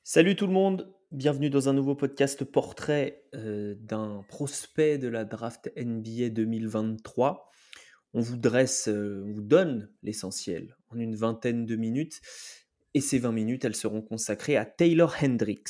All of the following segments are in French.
Salut tout le monde, bienvenue dans un nouveau podcast portrait d'un prospect de la draft NBA 2023. On vous donne l'essentiel en une vingtaine de minutes et ces 20 minutes, elles seront consacrées à Taylor Hendricks.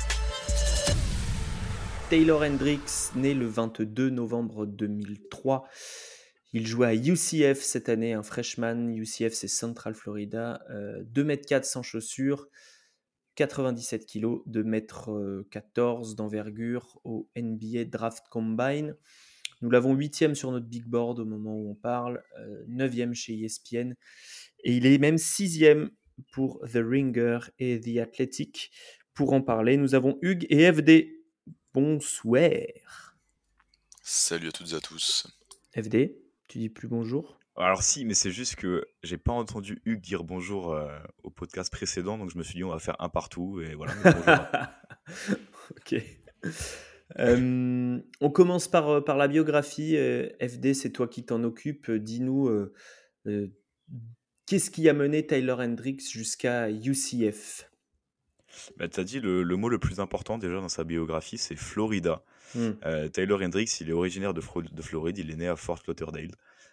Taylor Hendricks, né le 22 novembre 2003. Il jouait à UCF cette année, un freshman. UCF, c'est Central Florida. 2,4 m sans chaussures, 97 kg, 2,14 m d'envergure au NBA Draft Combine. Nous l'avons 8e sur notre big board au moment où on parle, 9e chez ESPN. Et il est même 6e pour The Ringer et The Athletic. Pour en parler, nous avons Hugues et FD. Bonsoir. Salut à toutes et à tous. FD, tu dis plus bonjour? Alors si, mais c'est juste que j'ai pas entendu Hugues dire bonjour au podcast précédent, donc je me suis dit on va faire un partout et voilà. Mais bonjour. Ok. On commence par la biographie. FD, c'est toi qui t'en occupes. Dis-nous, euh, qu'est-ce qui a mené Tyler Hendricks jusqu'à UCF? Bah, t'as dit le mot le plus important déjà dans sa biographie, c'est Florida. Hmm. Tyler Hendricks, il est originaire de Floride, il est né à Fort Lauderdale.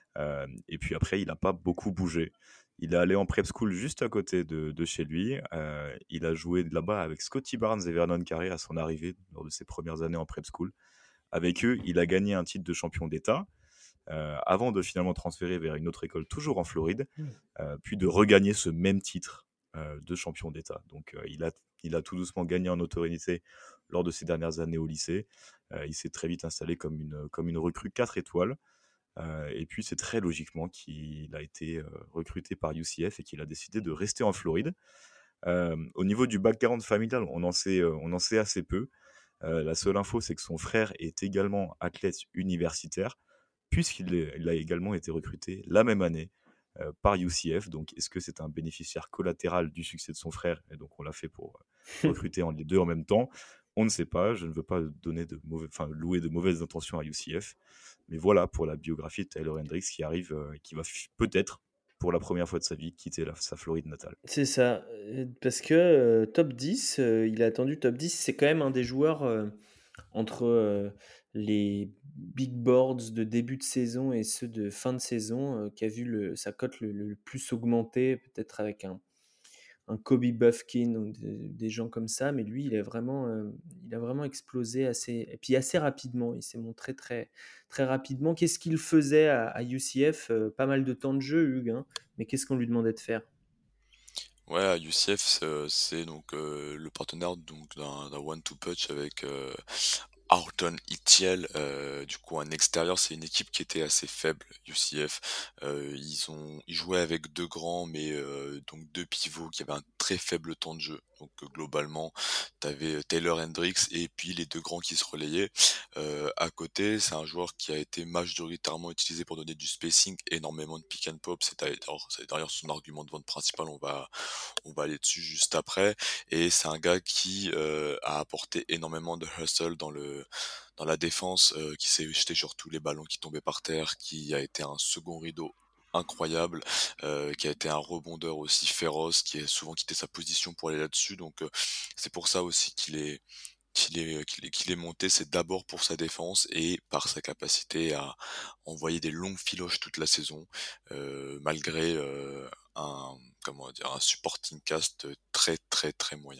Et puis après, il n'a pas beaucoup bougé. Il est allé en prep school juste à côté de chez lui. Il a joué là-bas avec Scotty Barnes et Vernon Carey à son arrivée lors de ses premières années en prep school. Avec eux, il a gagné un titre de champion d'État. Avant de finalement transférer vers une autre école toujours en Floride, puis de regagner ce même titre de champion d'État. Donc il a tout doucement gagné en notoriété lors de ses dernières années au lycée. Il s'est très vite installé comme une recrue 4 étoiles. Et puis c'est très logiquement qu'il a été recruté par UCF et qu'il a décidé de rester en Floride. Au niveau du background familial, on en sait assez peu. La seule info, c'est que son frère est également athlète universitaire, puisqu'il a également été recruté la même année par UCF. Donc, est-ce que c'est un bénéficiaire collatéral du succès de son frère? Et donc, on l'a fait pour recruter les deux en même temps. On ne sait pas. Je ne veux pas louer de mauvaises intentions à UCF. Mais voilà pour la biographie de Tyler Hendricks qui arrive, qui va peut-être, pour la première fois de sa vie, quitter sa Floride natale. C'est ça, parce que top 10, il a attendu top 10. C'est quand même un des joueurs entre les big boards de début de saison et ceux de fin de saison qui a vu sa cote le plus augmenter, peut-être avec un Kobe Buffkin ou des gens comme ça, mais lui, il a vraiment explosé et puis assez rapidement. Il s'est montré très, très rapidement. Qu'est-ce qu'il faisait à UCF? Pas mal de temps de jeu, Hugues, hein, mais qu'est-ce qu'on lui demandait de faire? Ouais, à UCF, c'est donc le partenaire donc d'un one-two punch avec Horton Itiel, du coup un extérieur, c'est une équipe qui était assez faible, UCF. Ils jouaient avec 2 grands, mais donc 2 pivots qui avaient un très faible temps de jeu. Donc globalement, tu avais Taylor Hendricks et puis les 2 grands qui se relayaient. À côté, c'est un joueur qui a été majoritairement utilisé pour donner du spacing, énormément de pick and pop. C'est d'ailleurs son argument de vente principal, on va aller dessus juste après. Et c'est un gars qui a apporté énormément de hustle dans la défense, qui s'est jeté sur tous les ballons qui tombaient par terre, qui a été un second rideau incroyable, qui a été un rebondeur aussi féroce, qui a souvent quitté sa position pour aller là-dessus. Donc c'est pour ça aussi qu'il est monté, c'est d'abord pour sa défense et par sa capacité à envoyer des longues filoches toute la saison, malgré un, comment dire, un supporting cast très très très moyen.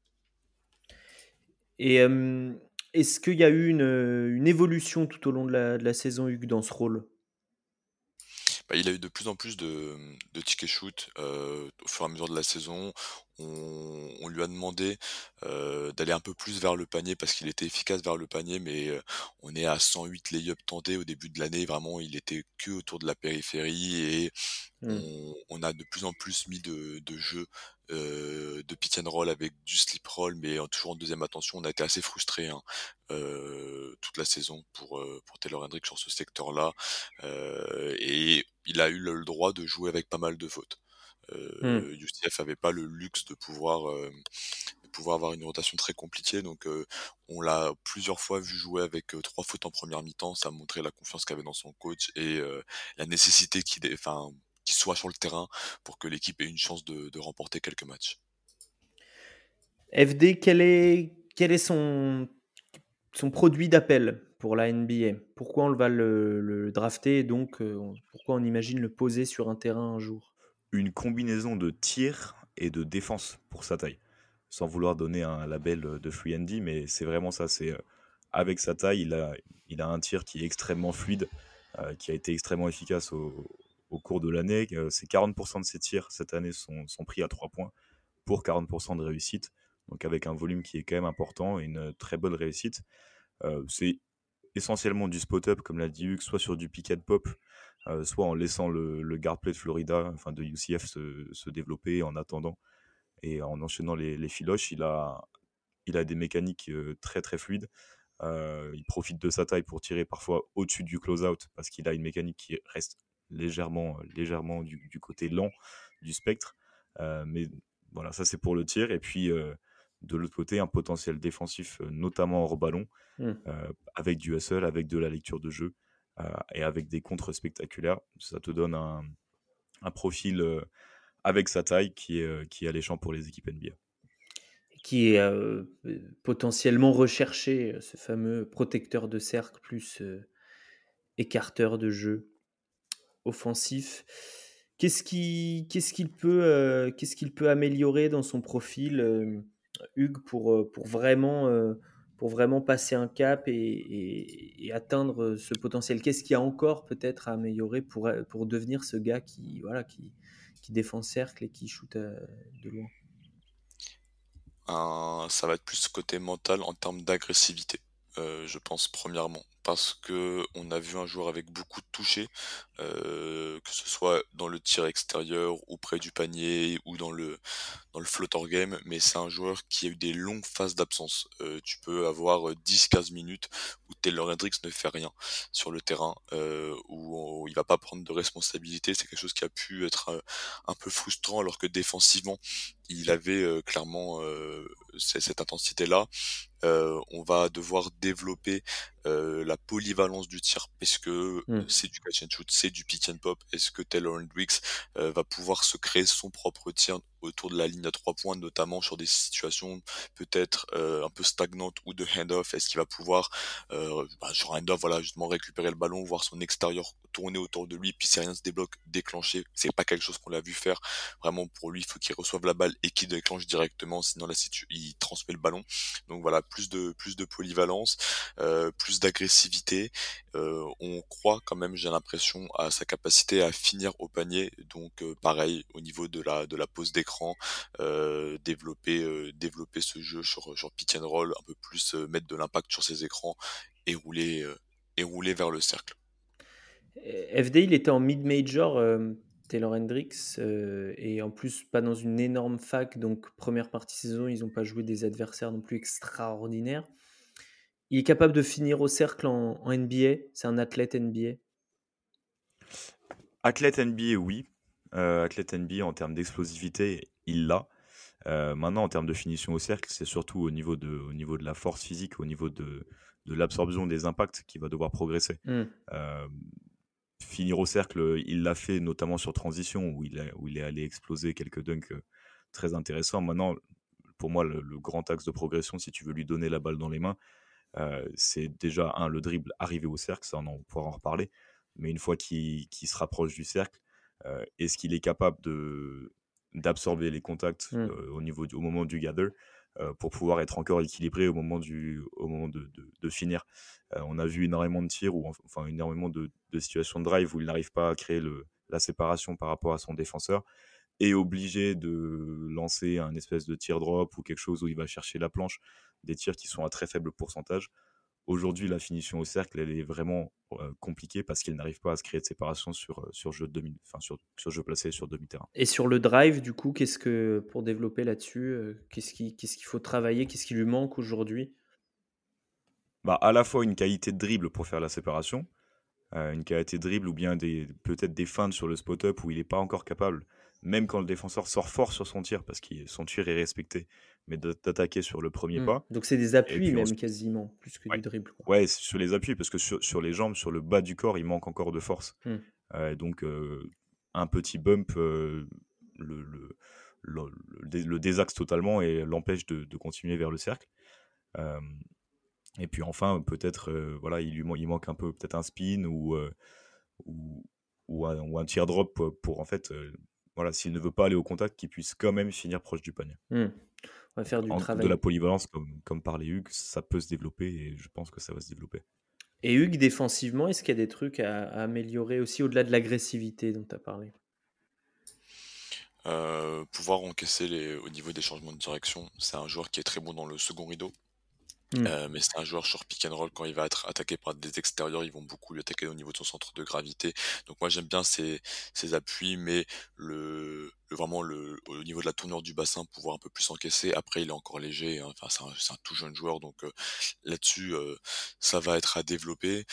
Et est-ce qu'il y a eu une évolution tout au long de la saison, Hugues, dans ce rôle? Bah, il a eu de plus en plus de tickets shoot au fur et à mesure de la saison. On lui a demandé d'aller un peu plus vers le panier parce qu'il était efficace vers le panier, mais on est à 108 lay-up tentés au début de l'année. Vraiment, il était que autour de la périphérie et Hmm. on a de plus en plus mis de jeux de pick and roll avec du slip roll, mais toujours en deuxième attention. On a été assez frustrés hein, toute la saison pour Taylor Hendricks sur ce secteur-là. Et il a eu le droit de jouer avec pas mal de fautes. Hmm. UCF avait pas le luxe de pouvoir avoir une rotation très compliquée, donc on l'a plusieurs fois vu jouer avec 3 fautes en première mi-temps. Ça a montré la confiance qu'il avait dans son coach et la nécessité qu'il soit sur le terrain pour que l'équipe ait une chance de remporter quelques matchs. FD, quel est son produit d'appel pour la NBA? Pourquoi on va le drafter et donc pourquoi on imagine le poser sur un terrain un jour? Une combinaison de tir et de défense pour sa taille. Sans vouloir donner un label de free and D, mais c'est vraiment ça. Avec sa taille, il a un tir qui est extrêmement fluide, qui a été extrêmement efficace au cours de l'année. C'est 40% de ses tirs cette année sont pris à 3 points pour 40% de réussite. Donc avec un volume qui est quand même important et une très bonne réussite. C'est essentiellement du spot-up, comme l'a dit Hugues, soit sur du pick and pop, soit en laissant le guard play de Florida, enfin de UCF, se développer en attendant et en enchaînant les filoches. Il a des mécaniques très très fluides. Il profite de sa taille pour tirer parfois au-dessus du close-out parce qu'il a une mécanique qui reste légèrement du côté lent du spectre. Mais voilà, ça c'est pour le tir. Et puis de l'autre côté, un potentiel défensif, notamment hors ballon, Hmm. avec du hustle, avec de la lecture de jeu et avec des contres spectaculaires. Ça te donne un profil avec sa taille qui est alléchant pour les équipes NBA. Qui est potentiellement recherché, ce fameux protecteur de cercle plus écarteur de jeu offensif. Qu'est-ce qu'il peut améliorer dans son profil, Hugues, pour vraiment passer un cap et atteindre ce potentiel? Qu'est-ce qu'il y a encore peut-être à améliorer pour devenir ce gars qui défend cercle et qui shoot de loin? Ça va être plus côté mental en termes d'agressivité, je pense premièrement. Parce que on a vu un joueur avec beaucoup de toucher, que ce soit dans le tir extérieur ou près du panier ou dans le floater game, mais c'est un joueur qui a eu des longues phases d'absence. Tu peux avoir 10-15 minutes où Taylor Hendricks ne fait rien sur le terrain, où il va pas prendre de responsabilité. C'est quelque chose qui a pu être un peu frustrant alors que défensivement, il avait clairement cette intensité-là. On va devoir développer la polyvalence du tir parce que Hmm. c'est du catch and shoot, c'est du pick and pop. Est-ce que Taylor Hendricks va pouvoir se créer son propre tir autour de la ligne à 3 points, notamment sur des situations peut-être un peu stagnantes ou de hand-off? Est-ce qu'il va pouvoir, sur un hand-off, voilà, justement récupérer le ballon, voir son extérieur tourner autour de lui, puis si rien se débloque, déclencher? C'est pas quelque chose qu'on l'a vu faire. Vraiment, pour lui, il faut qu'il reçoive la balle et qu'il déclenche directement, sinon il transmet le ballon. Donc voilà, plus de polyvalence, plus d'agressivité. On croit quand même, j'ai l'impression, à sa capacité à finir au panier. Donc pareil, au niveau de la pose d'écran, développer ce jeu sur pick and roll, un peu plus mettre de l'impact sur ses écrans et rouler vers le cercle. FD, il était en mid-major, Taylor Hendricks, et en plus pas dans une énorme fac, donc première partie saison, ils n'ont pas joué des adversaires non plus extraordinaires. Il est capable de finir au cercle en NBA, c'est un athlète NBA. Athlète NBA, oui. Athlète NBA en termes d'explosivité, il l'a. Maintenant, en termes de finition au cercle, c'est surtout au niveau de la force physique, au niveau de l'absorption des impacts qu'il va devoir progresser. Hmm. Euh, Finir au cercle, il l'a fait notamment sur transition, où il est allé exploser quelques dunks très intéressants. Maintenant, pour moi, le grand axe de progression, si tu veux lui donner la balle dans les mains, c'est déjà, le dribble arrivé au cercle, ça on pourra en reparler, mais une fois qu'il se rapproche du cercle, est-ce qu'il est capable d'absorber les contacts Hmm. au moment du gather, pour pouvoir être encore équilibré au moment de finir. On a vu énormément de tirs, ou enfin énormément de situations de drive où il n'arrive pas à créer la séparation par rapport à son défenseur, et obligé de lancer un espèce de tir drop ou quelque chose où il va chercher la planche, des tirs qui sont à très faible pourcentage. Aujourd'hui, la finition au cercle, elle est vraiment compliquée parce qu'il n'arrive pas à se créer de séparation sur jeu de enfin, sur jeu placé sur demi-terrain. Et sur le drive, du coup, pour développer là-dessus, qu'est-ce qu'il faut travailler, qu'est-ce qui lui manque aujourd'hui? Bah, à la fois une qualité de dribble pour faire la séparation, une qualité de dribble ou bien peut-être des feintes sur le spot-up où il n'est pas encore capable, même quand le défenseur sort fort sur son tir, parce que son tir est respecté, mais d'attaquer sur le premier Hmm. pas. Donc c'est des Et appuis puis même ensuite, quasiment, plus que ouais, du dribble, quoi. ouais, c'est sur les appuis, parce que sur les jambes, sur le bas du corps, il manque encore de force. Hmm. Donc un petit bump le le désaxe totalement et l'empêche de continuer vers le cercle. Euh, et puis enfin, peut-être, voilà, il manque un peu peut-être un spin ou, ou un teardrop pour en fait, voilà, s'il ne veut pas aller au contact, qu'il puisse quand même finir proche du panier. On va Donc, faire du de la travail. polyvalence, comme parlait Hugues, ça peut se développer et je pense que ça va se développer. Et Hugues, défensivement, est-ce qu'il y a des trucs à améliorer aussi au-delà de l'agressivité dont tu as parlé? Pouvoir encaisser au niveau des changements de direction. C'est un joueur qui est très bon dans le second rideau. Hmm. Mais c'est un joueur sur pick and roll, quand il va être attaqué par des extérieurs, ils vont beaucoup lui attaquer au niveau de son centre de gravité. Donc moi j'aime bien ses appuis, mais vraiment au niveau de la tournure du bassin, pouvoir un peu plus encaisser. Après il est encore léger, hein. Enfin c'est un tout jeune joueur, donc là-dessus ça va être à développer.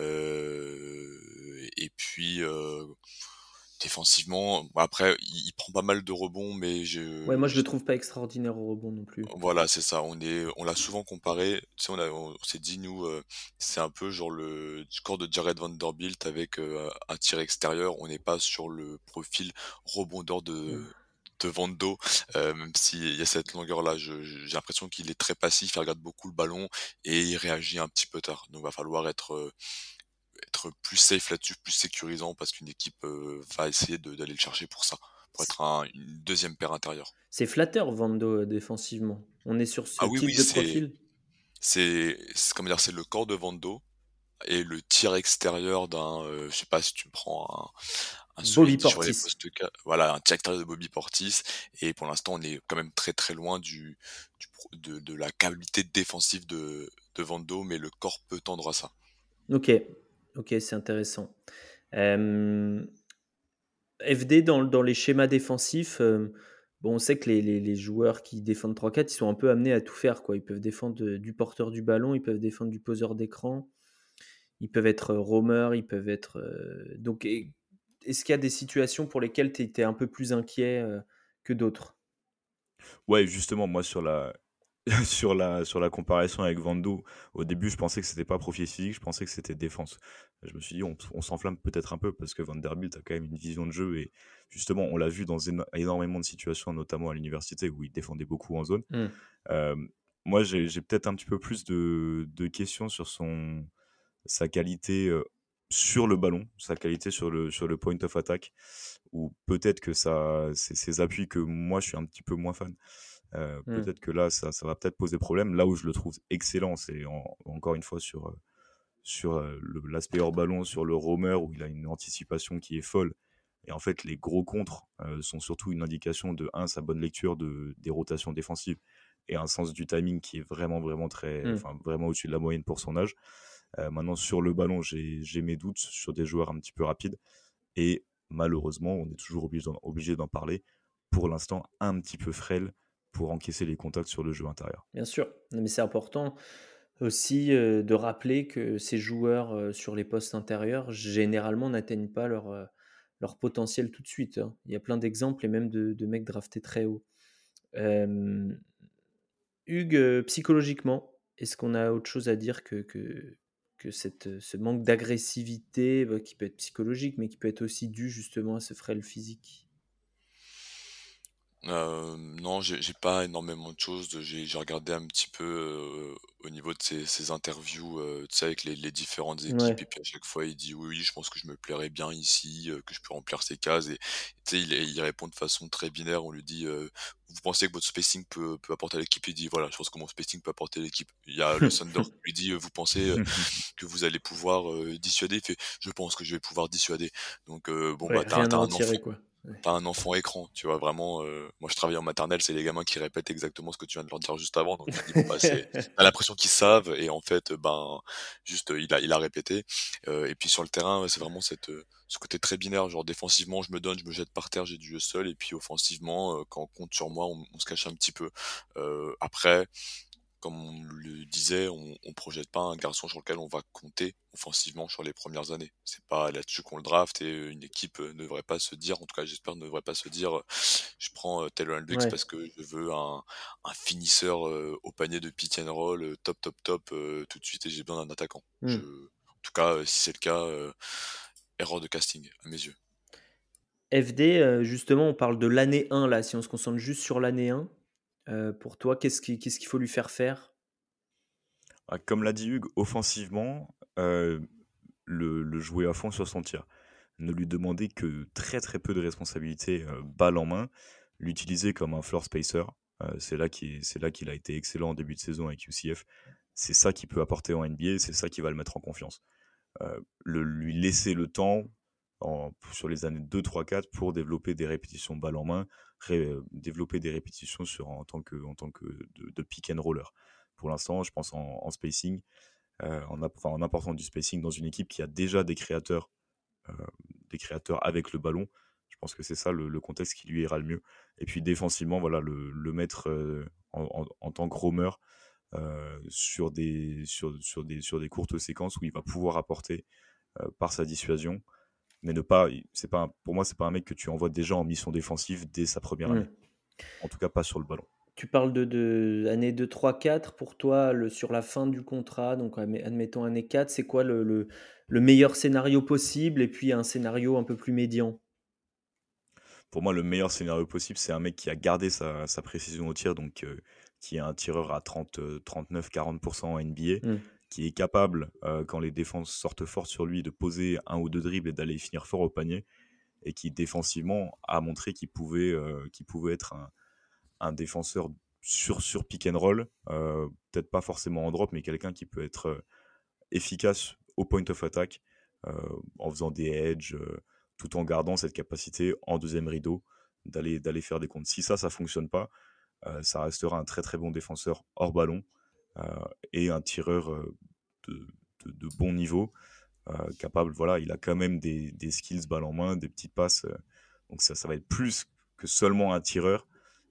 Et puis défensivement, bah, après il prend pas mal de rebonds, mais Ouais, moi je le trouve pas extraordinaire au rebond non plus. voilà, c'est ça. On l'a souvent comparé. Tu sais, on s'est dit, nous, c'est un peu genre le score de Jared Vanderbilt avec un tir extérieur. On n'est pas sur le profil rebondeur Hmm. de Vando, même s'il y a cette longueur-là. J'ai l'impression qu'il est très passif, il regarde beaucoup le ballon et il réagit un petit peu tard. Donc, va falloir être plus safe là-dessus, plus sécurisant, parce qu'une équipe va essayer d'aller le chercher pour ça, pour C'est être une deuxième paire intérieure. c'est flatteur, Vando, défensivement. On est sur ce Ah oui, type oui, de profil? comment dire, c'est le corps de Vando et le tir extérieur je sais pas si tu me prends un Bobby solide sur les Portis. postes, voilà, un tir extérieur de Bobby Portis. Et pour l'instant, on est quand même très très loin de la qualité défensive de Vando, mais le corps peut tendre à ça. Ok, ok, c'est intéressant. Euh, FD dans les schémas défensifs, bon, on sait que les joueurs qui défendent 3-4, ils sont un peu amenés à tout faire, quoi. Ils peuvent défendre du porteur du ballon, ils peuvent défendre du poseur d'écran, ils peuvent être roamers, ils peuvent être. Donc, est-ce qu'il y a des situations pour lesquelles tu étais un peu plus inquiet que d'autres? Ouais, justement, moi, sur la comparaison avec Vando, au début, je pensais que c'était pas profil physique, je pensais que c'était défense. Je me suis dit, on s'enflamme peut-être un peu parce que Vanderbilt a quand même une vision de jeu et justement, on l'a vu dans énormément de situations, notamment à l'université où il défendait beaucoup en zone. Hmm. Euh, Moi, j'ai peut-être un petit peu plus de questions sur sa qualité sur le ballon, sa qualité sur le point of attack, ou peut-être que c'est ses appuis que moi, je suis un petit peu moins fan. Hmm. Peut-être que là, ça va peut-être poser problème. Là où je le trouve excellent, c'est encore une fois sur l'aspect hors ballon, sur le roamer, où il a une anticipation qui est folle. Et en fait, les gros contres sont surtout une indication de, sa bonne lecture des rotations défensives et un sens du timing qui est vraiment, vraiment Hmm. enfin, vraiment au-dessus de la moyenne pour son âge. Maintenant, sur le ballon, j'ai mes doutes sur des joueurs un petit peu rapides. Et malheureusement, on est toujours obligé d'en parler. Pour l'instant, un petit peu frêle pour encaisser les contacts sur le jeu intérieur. Bien sûr, non, mais c'est important aussi de rappeler que ces joueurs sur les postes intérieurs, généralement, n'atteignent pas leur potentiel tout de suite, hein. Il y a plein d'exemples et même de mecs draftés très haut. Euh, Hugues, psychologiquement, est-ce qu'on a autre chose à dire que ce manque d'agressivité qui peut être psychologique, mais qui peut être aussi dû justement à ce frêle physique? Non, j'ai pas énormément de choses. J'ai regardé un petit peu au niveau de ses interviews, tu sais, avec les différentes équipes, Ouais, et puis à chaque fois il dit oui, oui, je pense que je me plairais bien ici, que je peux remplir ces cases. Et tu sais, il répond de façon très binaire. On lui dit vous pensez que votre spacing peut apporter à l'équipe? Il dit voilà, je pense que mon spacing peut apporter à l'équipe. Il y a le Thunder qui lui dit vous pensez que vous allez pouvoir dissuader? Il fait je pense que je vais pouvoir dissuader. Donc bon ouais, bah rien à t'as en un enfant. tirer, quoi. Ouais. T'as un enfant écran, tu vois? Vraiment, moi je travaille en maternelle, c'est les gamins qui répètent exactement ce que tu viens de leur dire juste avant, donc tu te dis: «Bon bah c'est» tu l'impression qu'ils savent, et en fait, ben, juste, il a répété. Et puis sur le terrain, ouais, c'est vraiment ce côté très binaire, genre défensivement je me donne, je me jette par terre, j'ai du hustle, et puis offensivement, quand on compte sur moi, on se cache un petit peu. Après, comme on le disait, on projette pas un garçon sur lequel on va compter offensivement sur les premières années. C'est pas là-dessus qu'on le draft, et une équipe ne devrait pas se dire, en tout cas j'espère, ne devrait pas se dire je prends Taylor Hendricks Ouais. parce que je veux un finisseur au panier de pick and roll top top top tout de suite, et j'ai besoin d'un attaquant. Hmm. En tout cas, si c'est le cas, erreur de casting à mes yeux. FD, justement, on parle de l'année 1 là, si on se concentre juste sur l'année 1, pour toi, qu'est-ce qu'il faut lui faire faire? Comme l'a dit Hugues, offensivement, le jouer à fond sur son tir. Ne lui demander que très très peu de responsabilités balle en main, l'utiliser comme un floor spacer. C'est là qu'il a été excellent en début de saison avec UCF. C'est ça qu'il peut apporter en NBA, c'est ça qui va le mettre en confiance. Lui laisser le temps sur les années 2, 3, 4 pour développer des répétitions balle en main, développer des répétitions en tant que de pick and roller. Pour l'instant, je pense en spacing, en apportant du spacing dans une équipe qui a déjà des créateurs avec le ballon. Je pense que c'est ça le contexte qui lui ira le mieux. Et puis défensivement, voilà, le mettre en tant que roamer sur des courtes séquences où il va pouvoir apporter par sa dissuasion. Mais pour moi, c'est pas un mec que tu envoies déjà en mission défensive dès sa première année. En tout cas, pas sur le ballon. Tu parles de année 2, 3, 4. Pour toi, sur la fin du contrat, donc admettons année 4, c'est quoi le meilleur scénario possible et puis un scénario un peu plus médian? Pour moi, le meilleur scénario possible, c'est un mec qui a gardé sa précision au tir, donc qui est un tireur à 39-40% en NBA, qui est capable, quand les défenses sortent fort sur lui, de poser 1 ou 2 dribbles et d'aller finir fort au panier, et qui défensivement a montré qu'il pouvait être un défenseur sur pick and roll, peut-être pas forcément en drop, mais quelqu'un qui peut être efficace au point of attack, en faisant des edges, tout en gardant cette capacité en deuxième rideau d'aller faire des comptes. Si ça fonctionne pas, ça restera un très très bon défenseur hors ballon et un tireur de bon niveau, capable, voilà, il a quand même des skills balle en main, des petites passes, donc ça va être plus que seulement un tireur,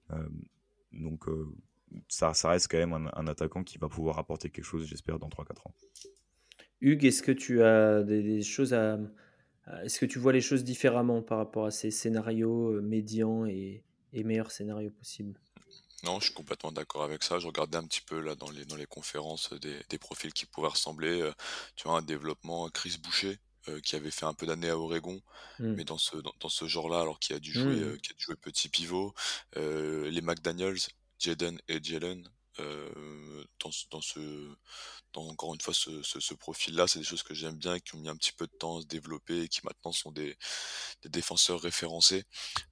donc ça reste quand même un attaquant qui va pouvoir apporter quelque chose, j'espère, dans 3-4 ans. Hugues, est-ce que tu as des choses est-ce que tu vois les choses différemment par rapport à ces scénarios médians et meilleurs scénarios possibles? Non, je suis complètement d'accord avec ça. Je regardais un petit peu là dans les conférences des profils qui pouvaient ressembler. Tu vois, un développement Chris Boucher, qui avait fait un peu d'années à Oregon, mais dans ce genre-là, alors qu'il a dû jouer, petit pivot. Les McDaniels, Jaden et Jalen, encore une fois ce profil-là, c'est des choses que j'aime bien, qui ont mis un petit peu de temps à se développer et qui maintenant sont des défenseurs référencés.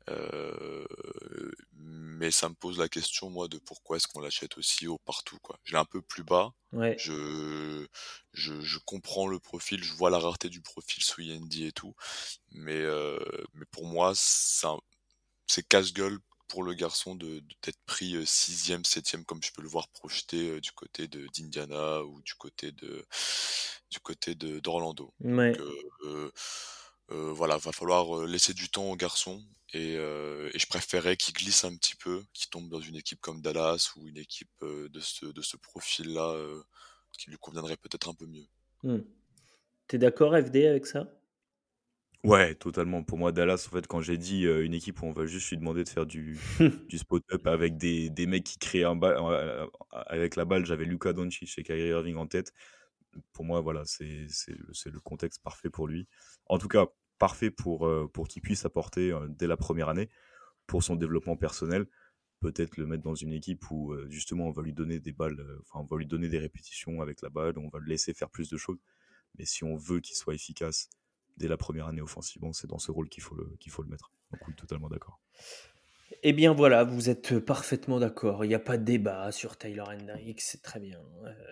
Mais ça me pose la question, moi, de pourquoi est-ce qu'on l'achète aussi haut partout, quoi. Je l'ai un peu plus bas. Ouais. Je comprends le profil, je vois la rareté du profil sous Yendi et tout, mais pour moi, c'est casse-gueule pour le garçon d'être pris 6e, 7e, comme je peux le voir projeté du côté d'Indiana ou du côté d'Orlando. Ouais. Donc voilà, va falloir laisser du temps au garçon et je préférais qu'il glisse un petit peu, qu'il tombe dans une équipe comme Dallas ou une équipe de ce profil-là qui lui conviendrait peut-être un peu mieux. T'es d'accord, FD, avec ça? Ouais, totalement. Pour moi, Dallas, en fait, quand j'ai dit une équipe où on va juste lui demander de faire du spot-up avec des mecs qui créent avec la balle, j'avais Luka Doncic et Kyrie Irving en tête. Pour moi, voilà, c'est le contexte parfait pour lui. En tout cas, parfait pour qu'il puisse apporter dès la première année, pour son développement personnel. Peut-être le mettre dans une équipe où justement on va lui donner des balles, on va lui donner des répétitions avec la balle, on va le laisser faire plus de choses. Mais si on veut qu'il soit efficace dès la première année offensivement, c'est dans ce rôle qu'il faut le mettre. Donc oui, totalement d'accord. Eh bien voilà, vous êtes parfaitement d'accord. Il n'y a pas de débat sur Tyler Hendricks, c'est très bien.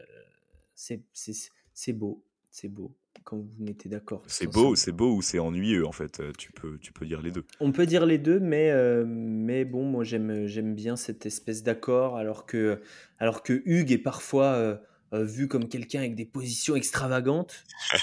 C'est beau, c'est beau quand vous vous mettez d'accord. C'est beau ou c'est ennuyeux en fait. Tu peux dire les deux. On peut dire les deux, mais bon, moi j'aime bien cette espèce d'accord, alors que Hugues est parfois vu comme quelqu'un avec des positions extravagantes.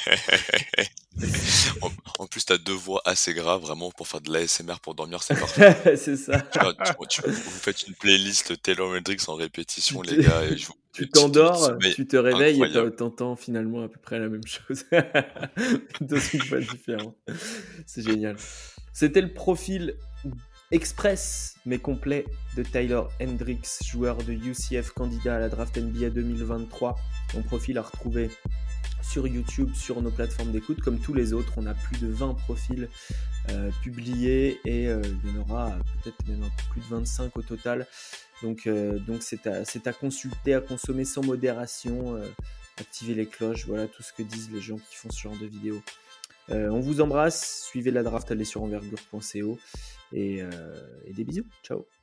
En plus, t'as 2 voix assez graves, vraiment, pour faire de l'ASMR pour dormir, c'est parfait. C'est ça. Vous faites une playlist Taylor Hendricks en répétition, les gars, et tu t'endors, sommeil tu te réveilles incroyable. et t'entends finalement à peu près la même chose. Dans une voix différente. C'est génial. C'était le profil express mais complet de Tyler Hendricks, joueur de UCF, candidat à la draft NBA 2023. Mon profil à retrouver sur YouTube, sur nos plateformes d'écoute, comme tous les autres. On a plus de 20 profils publiés et il y en aura peut-être même un peu plus de 25 au total. Donc c'est à consulter, à consommer sans modération, activer les cloches, voilà tout ce que disent les gens qui font ce genre de vidéos. On vous embrasse, suivez la draft, allez sur envergure.co et des bisous, ciao.